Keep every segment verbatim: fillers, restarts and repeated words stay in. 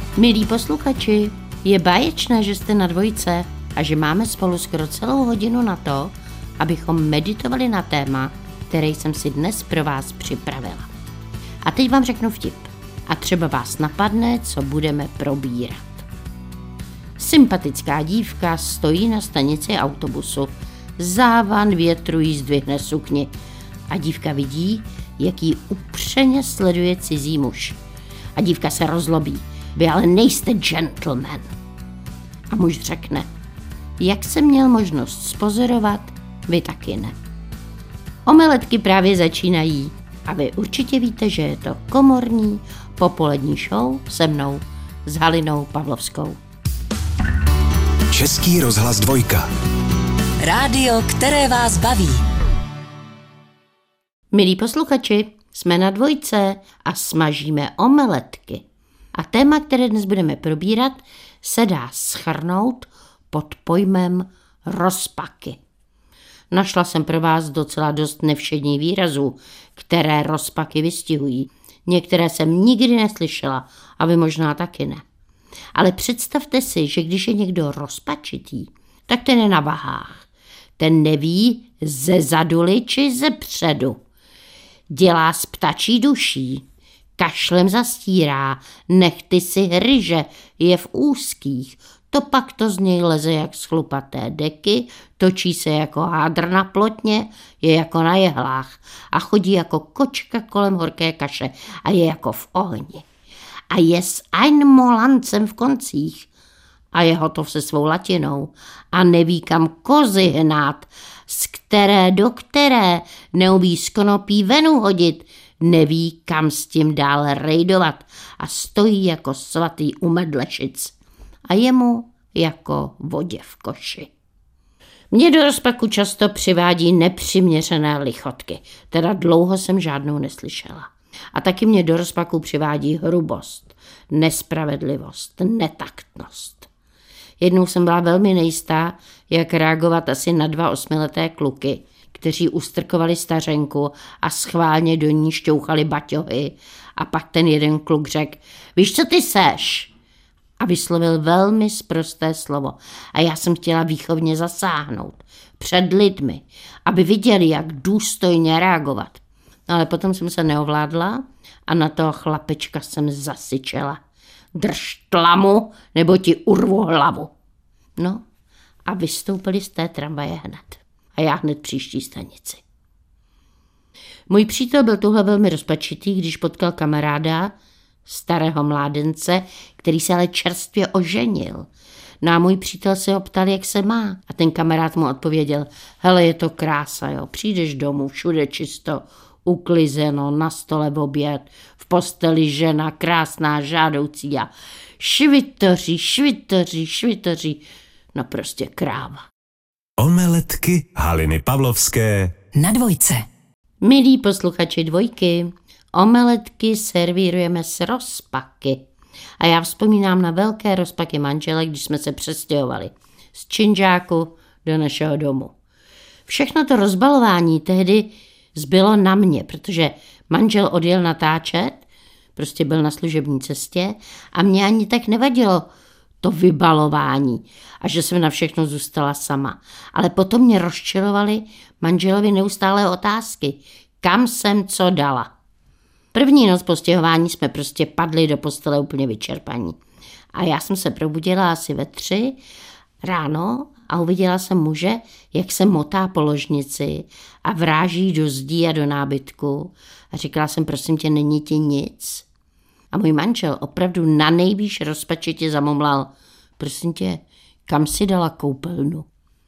Milí posluchači, je báječné, že jste na dvojce a že máme spolu skoro celou hodinu na to, abychom meditovali na téma, které jsem si dnes pro vás připravila. A teď vám řeknu vtip a třeba vás napadne, co budeme probírat. Sympatická dívka stojí na stanici autobusu. Závan větru jí zdvihne sukni a dívka vidí, jak jí upřeně sleduje cizí muž. A dívka se rozlobí. Vy ale nejste gentleman. A muž řekne, jak jsem měl možnost spozorovat, vy taky ne. Omeletky právě začínají a vy určitě víte, že je to komorní popolední show se mnou, s Halinou Pavlovskou. Český rozhlas dvojka. Rádio, které vás baví. Milí posluchači, jsme na dvojce a smažíme omeletky. A téma, které dnes budeme probírat, se dá shrnout pod pojmem rozpaky. Našla jsem pro vás docela dost nevšedních výrazů, které rozpaky vystihují. Některé jsem nikdy neslyšela a vy možná taky ne. Ale představte si, že když je někdo rozpačitý, tak ten je na vahách. Ten neví ze zaduly či ze předu. Dělá s ptačí duší. Kašlem zastírá, nechty si hryže, je v úzkých, to pak to z něj leze jak z chlupaté deky, točí se jako hádr na plotně, je jako na jehlách a chodí jako kočka kolem horké kaše a je jako v ohni. A je s einmolancem v koncích a je hotov se svou latinou a neví kam kozy hnát, z které do které neumí z konopí venu hodit, neví, kam s tím dál rejdovat a stojí jako svatý u medlešic a jemu jako vodě v koši. Mě do rozpaku často přivádí nepřiměřené lichotky, teda dlouho jsem žádnou neslyšela. A taky mě do rozpaku přivádí hrubost, nespravedlivost, netaktnost. Jednou jsem byla velmi nejistá, jak reagovat asi na dva osmileté kluky, kteří ustrkovali stařenku a schválně do ní šťouchali baťohy a pak ten jeden kluk řekl, víš, co ty seš? A vyslovil velmi sprosté slovo a já jsem chtěla výchovně zasáhnout před lidmi, aby viděli, jak důstojně reagovat. No ale potom jsem se neovládla a na toho chlapečka jsem zasyčela. Drž tlamu, nebo ti urvu hlavu. No a vystoupili z té tramvaje hned. A já hned příští stanici. Můj přítel byl tuhle velmi rozpačitý, když potkal kamaráda, starého mládence, který se ale čerstvě oženil. No a můj přítel se ho ptal, jak se má. A ten kamarád mu odpověděl, hele, je to krása, jo, přijdeš domů, všude čisto, uklizeno, na stole oběd, v posteli žena, krásná, žádoucí a švitoří, švitoří, švitoří, no prostě kráva. Omeletky Haliny Pavlovské Na dvojce. Milí posluchači dvojky, omeletky servírujeme s rozpaky. A já vzpomínám na velké rozpaky manželek, když jsme se přestěhovali z činžáku do našeho domu. Všechno to rozbalování tehdy zbylo na mě, protože manžel odjel natáčet, prostě byl na služební cestě a mě ani tak nevadilo to vybalování a že jsem na všechno zůstala sama. Ale potom mě rozčilovaly manželovi neustálé otázky, kam jsem co dala. První noc po stěhování jsme prostě padli do postele úplně vyčerpaní. A já jsem se probudila asi ve tři ráno a uviděla jsem muže, jak se motá po ložnici a vráží do zdí a do nábytku. A říkala jsem, prosím tě, není ti nic? A můj manžel opravdu na nejvýš rozpačitě zamomlal, prosím tě, kam si dala koupelnu?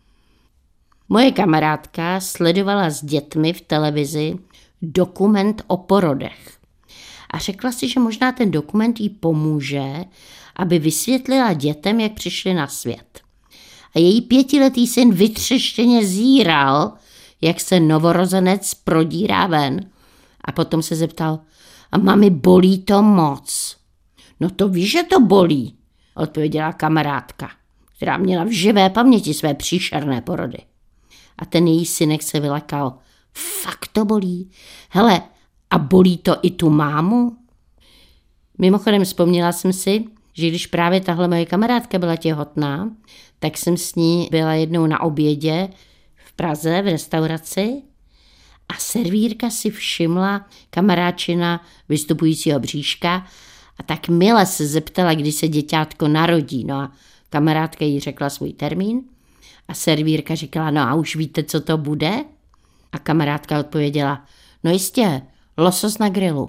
Moje kamarádka sledovala s dětmi v televizi dokument o porodech. A řekla si, že možná ten dokument jí pomůže, aby vysvětlila dětem, jak přišli na svět. A její pětiletý syn vytřeštěně zíral, jak se novorozenec prodírá ven. A potom se zeptal, a mami, bolí to moc? No to víš, že to bolí, odpověděla kamarádka, která měla v živé paměti své příšerné porody. A ten její synek se vylekal, fakt to bolí? Hele, a bolí to i tu mámu? Mimochodem vzpomněla jsem si, že když právě tahle moje kamarádka byla těhotná, tak jsem s ní byla jednou na obědě v Praze v restauraci a servírka si všimla kamarádčina vystupujícího bříška a tak mile se zeptala, kdy se děťátko narodí. No a kamarádka jí řekla svůj termín a servírka říkala, no a už víte, co to bude? A kamarádka odpověděla, no jistě, losos na grilu.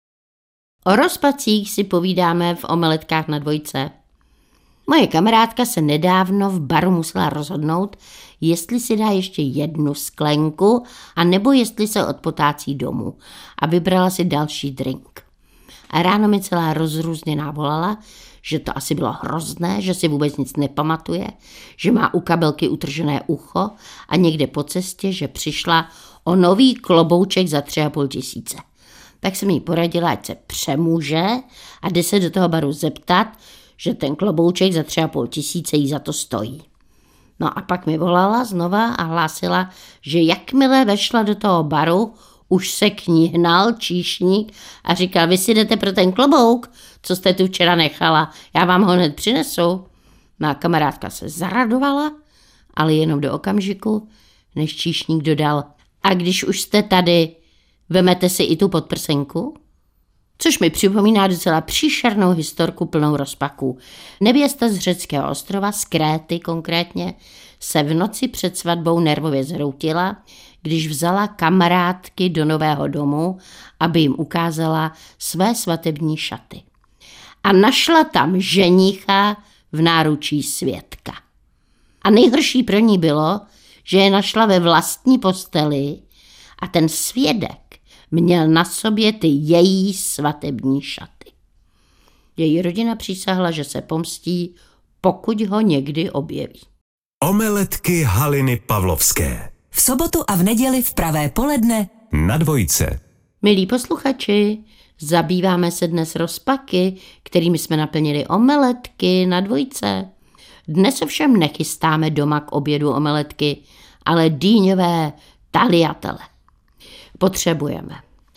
O rozpacích si povídáme v Omeletkách na dvojce. Moje kamarádka se nedávno v baru musela rozhodnout, jestli si dá ještě jednu sklenku, a nebo jestli se odpotácí domů, a vybrala si další drink. A ráno mi celá rozrůzněná volala, že to asi bylo hrozné, že si vůbec nic nepamatuje, že má u kabelky utržené ucho a někde po cestě, že přišla o nový klobouček za tři a půl tisíce. Tak jsem jí poradila, ať se přemůže a jde se do toho baru zeptat, že ten klobouček za tři a půl tisíce jí za to stojí. No a pak mi volala znova a hlásila, že jakmile vešla do toho baru, už se k ní hnal číšník a říkal, vy si jdete pro ten klobouk, co jste tu včera nechala, já vám ho hned přinesu. Má kamarádka se zaradovala, ale jenom do okamžiku, než číšník dodal, a když už jste tady, vemete si i tu podprsenku? Což mi připomíná docela příšernou historku plnou rozpaků. Nevěsta z řeckého ostrova, z Kréty konkrétně, se v noci před svatbou nervově zhroutila, když vzala kamarádky do nového domu, aby jim ukázala své svatební šaty. A našla tam ženicha v náručí svědka. A nejhorší pro ní bylo, že je našla ve vlastní posteli a ten svědek měl na sobě ty její svatební šaty. Její rodina přísahla, že se pomstí, pokud ho někdy objeví. Omeletky Haliny Pavlovské. V sobotu a v neděli v pravé poledne Na dvojce. Milí posluchači, zabýváme se dnes rozpaky, kterými jsme naplnili omeletky na dvojce. Dnes ovšem nechystáme doma k obědu omeletky, ale dýňové tagliatelle. Potřebujeme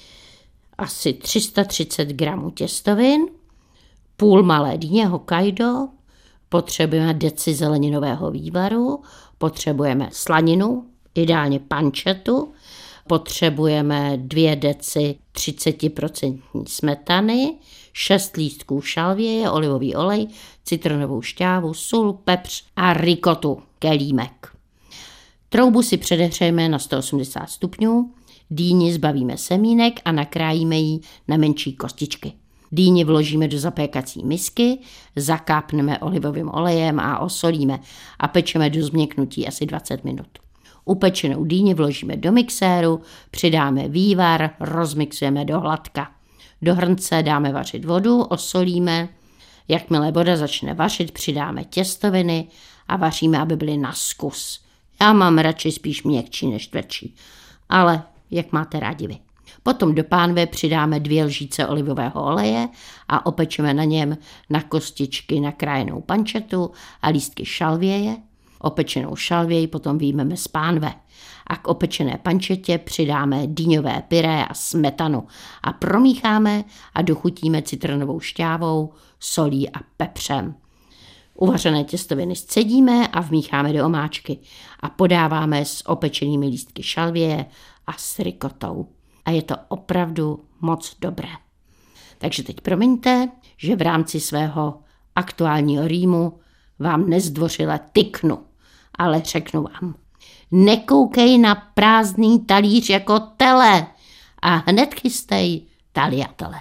asi tři sta třicet gramů těstovin, půl malé dýně Hokkaido, potřebujeme deci zeleninového vývaru, potřebujeme slaninu, ideálně pančetu, potřebujeme dvě deci třicet procent smetany, šest lístků šalvěje, olivový olej, citronovou šťávu, sůl, pepř a rikotu, kelímek. Troubu si předehřejeme na sto osmdesát stupňů, dýni zbavíme semínek a nakrájíme ji na menší kostičky. Dýni vložíme do zapékací misky, zakápneme olivovým olejem a osolíme a pečeme do změknutí asi dvacet minut. Upečenou dýni vložíme do mixéru, přidáme vývar, rozmixujeme do hladka. Do hrnce dáme vařit vodu, osolíme. Jakmile voda začne vařit, přidáme těstoviny a vaříme, aby byly na zkus. Já mám radši spíš měkčí než tvrdší, ale jak máte rádi vy. Potom do pánve přidáme dvě lžíce olivového oleje a opečeme na něm na kostičky nakrájenou pančetu a lístky šalvěje. Opečenou šalvěji potom vyjmeme z pánve a k opečené pančetě přidáme dýňové pyré a smetanu a promícháme a dochutíme citronovou šťávou, solí a pepřem. Uvařené těstoviny scedíme a vmícháme do omáčky a podáváme s opečenými lístky šalvěje a s rikotou. A je to opravdu moc dobré. Takže teď promiňte, že v rámci svého aktuálního rýmu vám nezdvořile tyknu, ale řeknu vám, nekoukej na prázdný talíř jako tele a hned chystej tagliatelle.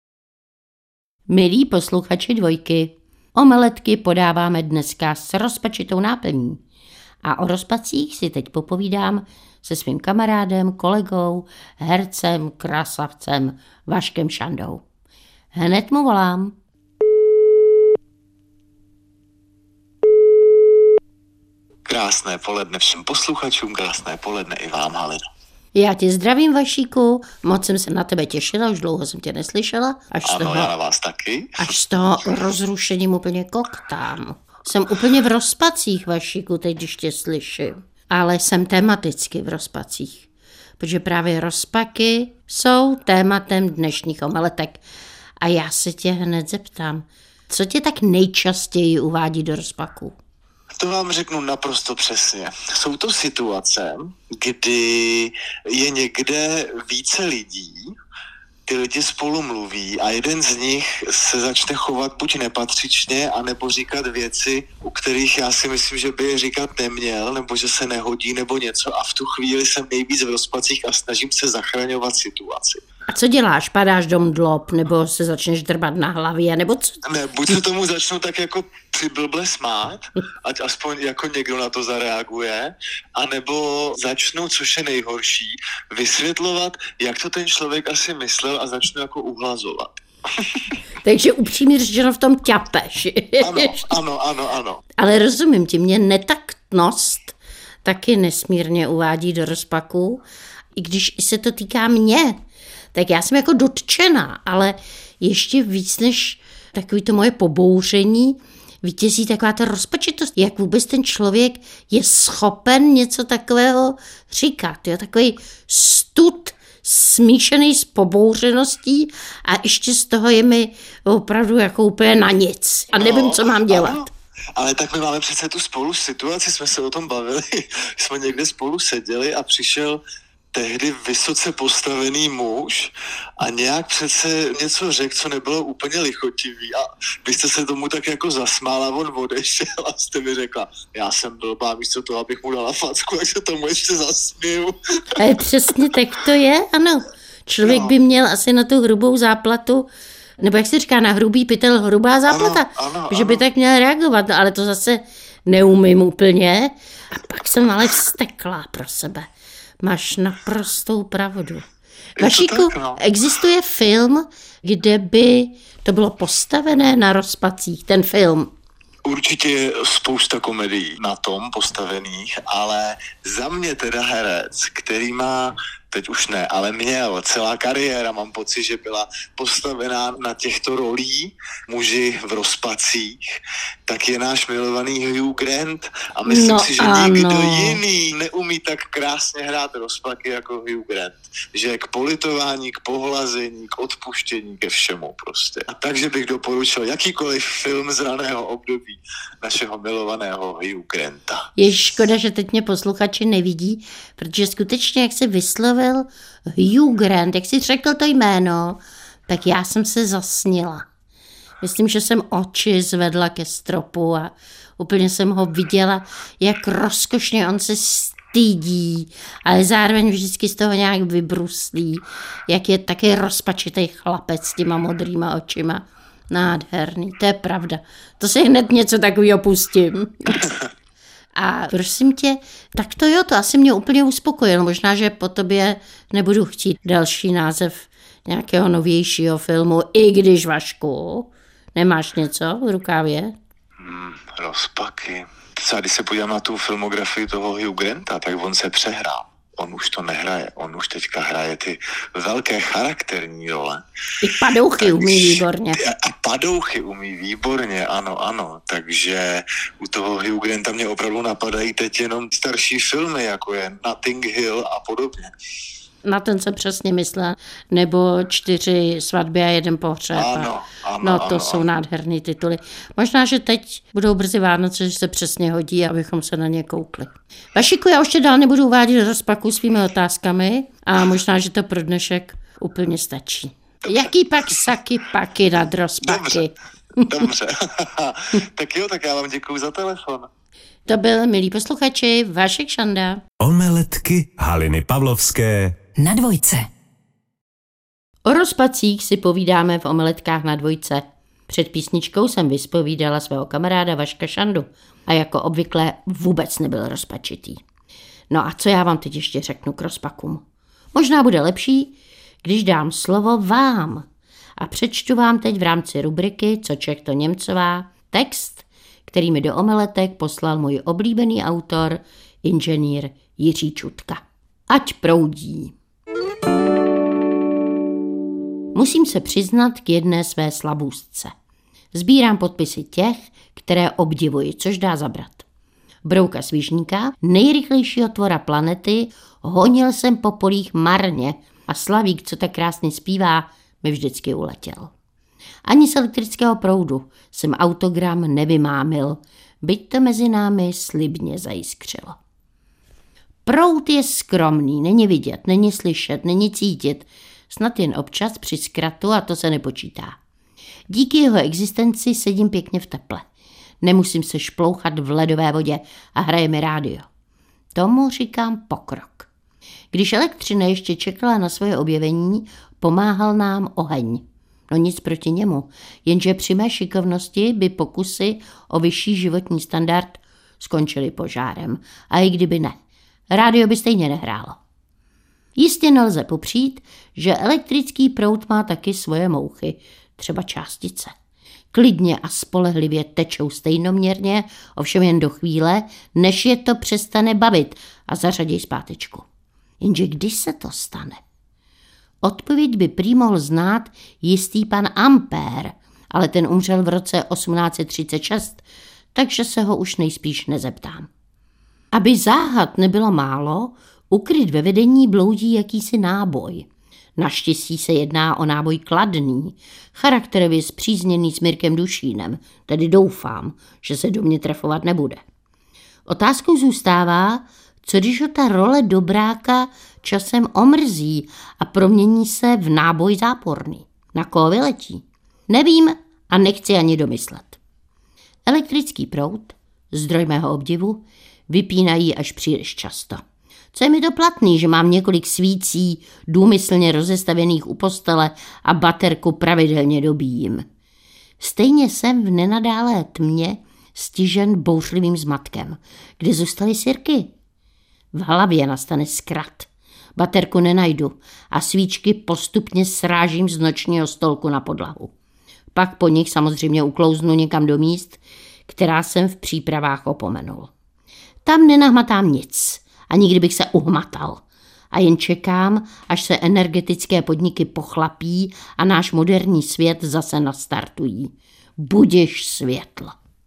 Milí posluchači dvojky, omeletky podáváme dneska s rozpačitou náplní. A o rozpacích si teď popovídám se svým kamarádem, kolegou, hercem, krasavcem Vaškem Šandou. Hned mu volám. Krásné poledne všem posluchačům, krásné poledne i vám, Halino. Já tě zdravím, Vašíku, moc jsem se na tebe těšila, už dlouho jsem tě neslyšela. Až ano, z toho, já na vás taky. Až z toho rozrušením úplně koktám. Jsem úplně v rozpacích, Vašíku, teď když tě slyším. Ale jsem tematicky v rozpacích, protože právě rozpaky jsou tématem dnešních omeletek. A já se tě hned zeptám, Co tě tak nejčastěji uvádí do rozpaků? To vám řeknu naprosto přesně. Jsou to situace, kdy je někde více lidí, ty lidi spolu mluví a jeden z nich se začne chovat buď nepatřičně, anebo říkat věci, u kterých já si myslím, že by je říkat neměl, nebo že se nehodí, nebo něco a v tu chvíli jsem nejvíc v rozpacích a snažím se zachraňovat situaci. A co děláš? Padáš do mdlob, nebo se začneš drbat na hlavě, nebo co? Ne, buď se tomu začnu tak jako přiblble smát, ať aspoň jako někdo na to zareaguje, anebo začnu, což je nejhorší, vysvětlovat, jak to ten člověk asi myslel a začnu jako uhlazovat. Takže upřímně řečeno v tom ťapeš. Ano, ano, ano, ano. Ale rozumím ti, mě netaktnost taky nesmírně uvádí do rozpaku, i když se to týká mě. Tak já jsem jako dotčená, ale ještě víc než takový to moje pobouření vítězí taková ta rozpačitost, jak vůbec ten člověk je schopen něco takového říkat. Jo? Takový stud smíšený s pobouřeností a ještě z toho je mi opravdu jako úplně na nic. A nevím, no, co mám dělat. Ano. Ale tak my máme přece tu spolu situaci, jsme se o tom bavili, jsme někde spolu seděli a přišel tehdy vysoce postavený muž a nějak přece něco řekl, co nebylo úplně lichotivý a vy jste se tomu tak jako zasmála, on odešel a jste mi řekla, já jsem blbá, místo toho, abych mu dala facku, tak se tomu ještě zasměju. Ale přesně tak to je, ano. Člověk no. by měl asi na tu hrubou záplatu, nebo jak se říká, na hrubý pytel hrubá záplata, ano, ano, že ano. by tak měl reagovat, no, ale to zase neumím úplně. A pak jsem ale vztekla pro sebe. Máš naprostou pravdu. Vašíku, tak, no. Existuje film, kde by to bylo postavené na rozpacích, ten film? Určitě je spousta komedií na tom postavených, ale za mě teda herec, který má, teď už ne, ale měl celá kariéra, mám pocit, že byla postavená na těchto rolí, muži v rozpacích, tak je náš milovaný Hugh Grant a myslím no, si, že ano. nikdo jiný neumí tak krásně hrát rozpaky jako Hugh Grant. Že k politování, k pohlazení, k odpuštění, ke všemu prostě. A takže bych doporučil jakýkoliv film z raného období našeho milovaného Hugh Granta. Je škoda, že teď mě posluchači nevidí, protože skutečně, jak se vyslovil Hugh Grant, jak jsi řekl to jméno, tak já jsem se zasnila. Myslím, že jsem oči zvedla ke stropu a úplně jsem ho viděla, jak rozkošně on se stydí, ale zároveň vždycky z toho nějak vybruslí, jak je taky rozpačitý chlapec s těma modrýma očima. Nádherný, to je pravda. To si hned něco takového pustím. A prosím tě, tak to jo, to asi mě úplně uspokojilo. Možná, že po tobě nebudu chtít další název nějakého novějšího filmu, i když, Vašku, nemáš něco v rukávě? Hmm, rozpaky. Třeba když se podívám na tu filmografii toho Hugh Granta, tak on se přehrál. On už to nehraje, on už teďka hraje ty velké charakterní role. I padouchy tak, umí výborně. A padouchy umí výborně, ano, ano. Takže u toho Hugh Granta mě opravdu napadají teď jenom starší filmy, jako je Notting Hill a podobně. Na ten jsem přesně myslela. Nebo Čtyři svatby a jeden pohřeb. Ano, ano, no to ano, jsou ano. nádherný tituly. Možná, že teď budou brzy Vánoce, že se přesně hodí, abychom se na ně koukli. Vašiku, já ještě dál nebudu uvádět do rozpaku svými otázkami a možná, že to pro dnešek úplně stačí. Dobře. Jaký pak saky paky nad rozpaky? Dobře, dobře. Tak jo, tak já vám děkuju za telefon. To byl, milí posluchači, Vašek Šanda. Omeletky Haliny Pavlovské na dvojce. O rozpacích si povídáme v Omeletkách na dvojce. Před písničkou jsem vyspovídala svého kamaráda Vaška Šandu a jako obvykle vůbec nebyl rozpačitý. No a co já vám teď ještě řeknu k rozpakům? Možná bude lepší, když dám slovo vám a přečtu vám teď v rámci rubriky Co Čech to Němcová text, který mi do Omeletek poslal můj oblíbený autor, inženýr Jiří Čutka. Ať proudí. Musím se přiznat k jedné své slabůstce. Sbírám podpisy těch, které obdivuji, což dá zabrat. Brouka Svížníka, nejrychlejšího tvora planety, honil jsem po polích marně a Slavík, co tak krásně zpívá, mi vždycky uletěl. Ani z elektrického proudu jsem autogram nevymámil, byť to mezi námi slibně zajiskřilo. Proud je skromný, není vidět, není slyšet, není cítit, snad jen občas při zkratu a to se nepočítá. Díky jeho existenci sedím pěkně v teple. Nemusím se šplouchat v ledové vodě a hraje mi rádio. Tomu říkám pokrok. Když elektřina ještě čekala na svoje objevení, pomáhal nám oheň. No nic proti němu, jenže při mé šikovnosti by pokusy o vyšší životní standard skončily požárem. A i kdyby ne, rádio by stejně nehrálo. Jistě nelze popřít, že elektrický proud má taky svoje mouchy, třeba částice. Klidně a spolehlivě tečou stejnoměrně, ovšem jen do chvíle, než je to přestane bavit a zařadí zpátečku. Jenže když se to stane? Odpověď by prý mohl znát jistý pan Ampér, ale ten umřel v roce osmnáct set třicet šest, takže se ho už nejspíš nezeptám. Aby záhad nebylo málo, ukryt ve vedení bloudí jakýsi náboj. Naštěstí se jedná o náboj kladný, charakterově spřízněný s Mirkem Dušínem, tedy doufám, že se do mě trefovat nebude. Otázkou zůstává, co když ho ta role dobráka časem omrzí a promění se v náboj záporný. Na koho vyletí? Nevím a nechci ani domyslet. Elektrický proud, zdroj mého obdivu, vypínají až příliš často. Co je mi to platný, že mám několik svící důmyslně rozestavěných u postele a baterku pravidelně dobíjím. Stejně jsem v nenadálé tmě stižen bouřlivým zmatkem. Kde zůstaly sirky? V hlavě nastane zkrat. Baterku nenajdu a svíčky postupně srážím z nočního stolku na podlahu. Pak po nich samozřejmě uklouznu někam do míst, která jsem v přípravách opomenul. Tam nenahmatám nic, ani kdybych se uhmatal. A jen čekám, až se energetické podniky pochlapí a náš moderní svět zase nastartují. Budiš světlo.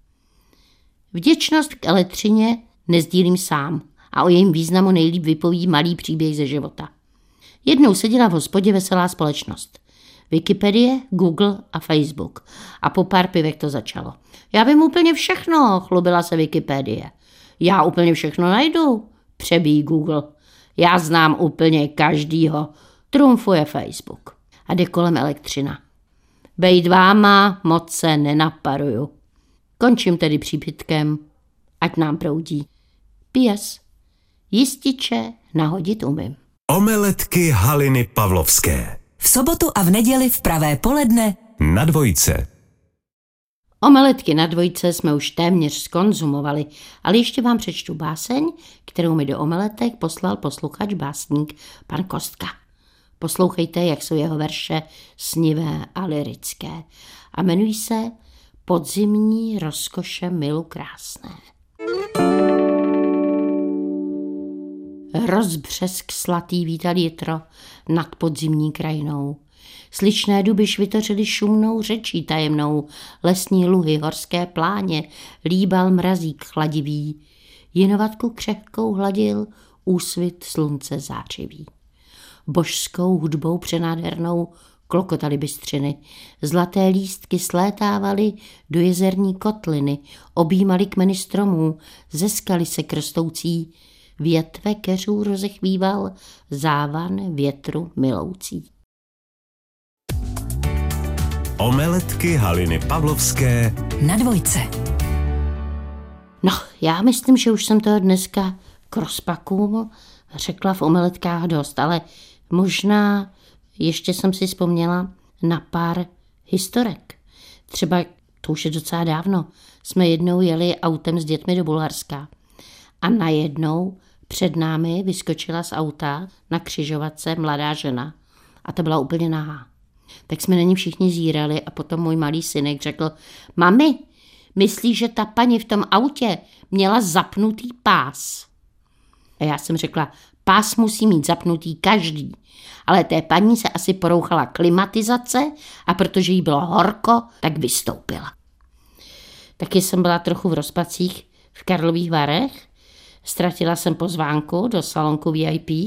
Vděčnost k elektřině nezdílím sám a o jejím významu nejlíp vypoví malý příběh ze života. Jednou seděla v hospodě veselá společnost. Wikipedie, Google a Facebook. A po pár pivech to začalo. Já vím úplně všechno, chlubila se Wikipedie. Já úplně všechno najdu, přebíjí Google. Já znám úplně každýho, trumfuje Facebook. A jde kolem elektřina. Bejt váma moc se nenaparuju. Končím tedy přípitkem, ať nám proudí. P S. Jističe nahodit umím. Omeletky Haliny Pavlovské. V sobotu a v neděli v pravé poledne Na dvojce. Omeletky na dvojce jsme už téměř skonzumovali, ale ještě vám přečtu báseň, kterou mi do omeletek poslal posluchač básník pan Kostka. Poslouchejte, jak jsou jeho verše snivé a lyrické. A jmenují se Podzimní rozkoše milu krásné. Rozbřesk slatý vítal jitro nad podzimní krajinou. Sličné duby švitořily šumnou řečí tajemnou, lesní luhy, horské pláně, líbal mrazík chladivý. Jinovatku křehkou hladil úsvit slunce zářivý. Božskou hudbou přenádhernou klokotaly bystřiny. Zlaté lístky slétávaly do jezerní kotliny, objímaly kmeny stromů, ze skaly se krstoucí. Větve keřů rozechvíval závan větru miloucí. Omeletky Haliny Pavlovské na dvojce. No, já myslím, že už jsem toho dneska k rozpakům řekla v omeletkách dost, ale možná ještě jsem si vzpomněla na pár historek. Třeba, to už je docela dávno, jsme jednou jeli autem s dětmi do Bulharska a najednou před námi vyskočila z auta na křižovatce mladá žena a ta byla úplně nahá. Tak jsme na ní všichni zírali a potom můj malý synek řekl: Mami, myslíš, že ta paní v tom autě měla zapnutý pás? A já jsem řekla: pás musí mít zapnutý každý, ale té paní se asi porouchala klimatizace a protože jí bylo horko, tak vystoupila. Taky jsem byla trochu v rozpacích v Karlových Varech. Ztratila jsem pozvánku do salonku V I P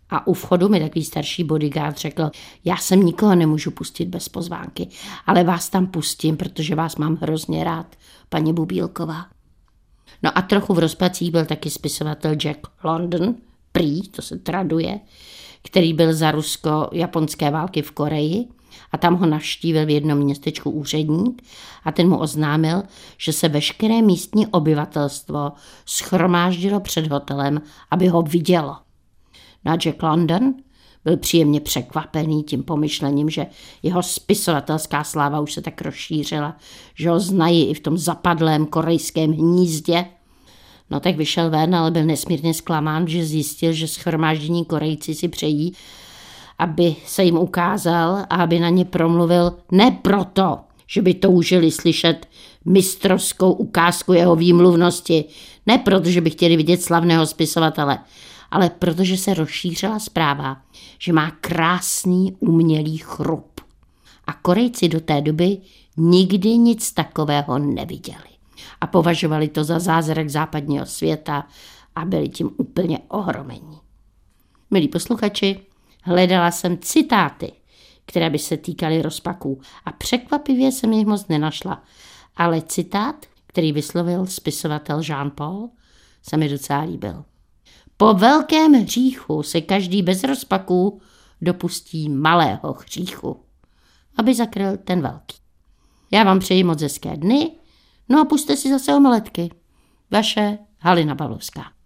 A u vchodu mi takový starší bodyguard řekl, já sem nikoho nemůžu pustit bez pozvánky, ale vás tam pustím, protože vás mám hrozně rád, paní Bubílková. No a trochu v rozpacích byl taky spisovatel Jack London, prý, to se traduje, který byl za rusko-japonské války v Koreji a tam ho navštívil v jednom městečku úředník a ten mu oznámil, že se veškeré místní obyvatelstvo shromáždilo před hotelem, aby ho vidělo. No a Jack London byl příjemně překvapený tím pomyšlením, že jeho spisovatelská sláva už se tak rozšířila, že ho znají i v tom zapadlém korejském hnízdě. No tak vyšel ven, ale byl nesmírně zklamán, že zjistil, že shromáždění Korejci si přejí, aby se jim ukázal a aby na ně promluvil ne proto, že by toužili slyšet mistrovskou ukázku jeho výmluvnosti, ne proto, že by chtěli vidět slavného spisovatele, ale protože se rozšířila zpráva, že má krásný umělý chrup. A Korejci do té doby nikdy nic takového neviděli. A považovali to za zázrak západního světa a byli tím úplně ohromení. Milí posluchači, hledala jsem citáty, které by se týkaly rozpaků a překvapivě jsem jich moc nenašla. Ale citát, který vyslovil spisovatel Jean-Paul, se mi docela líbil. Po velkém hříchu se každý bez rozpaků dopustí malého hříchu, aby zakryl ten velký. Já vám přeji moc hezké dny, no a pusťte si zase omeletky. Vaše Halina Pavlovská.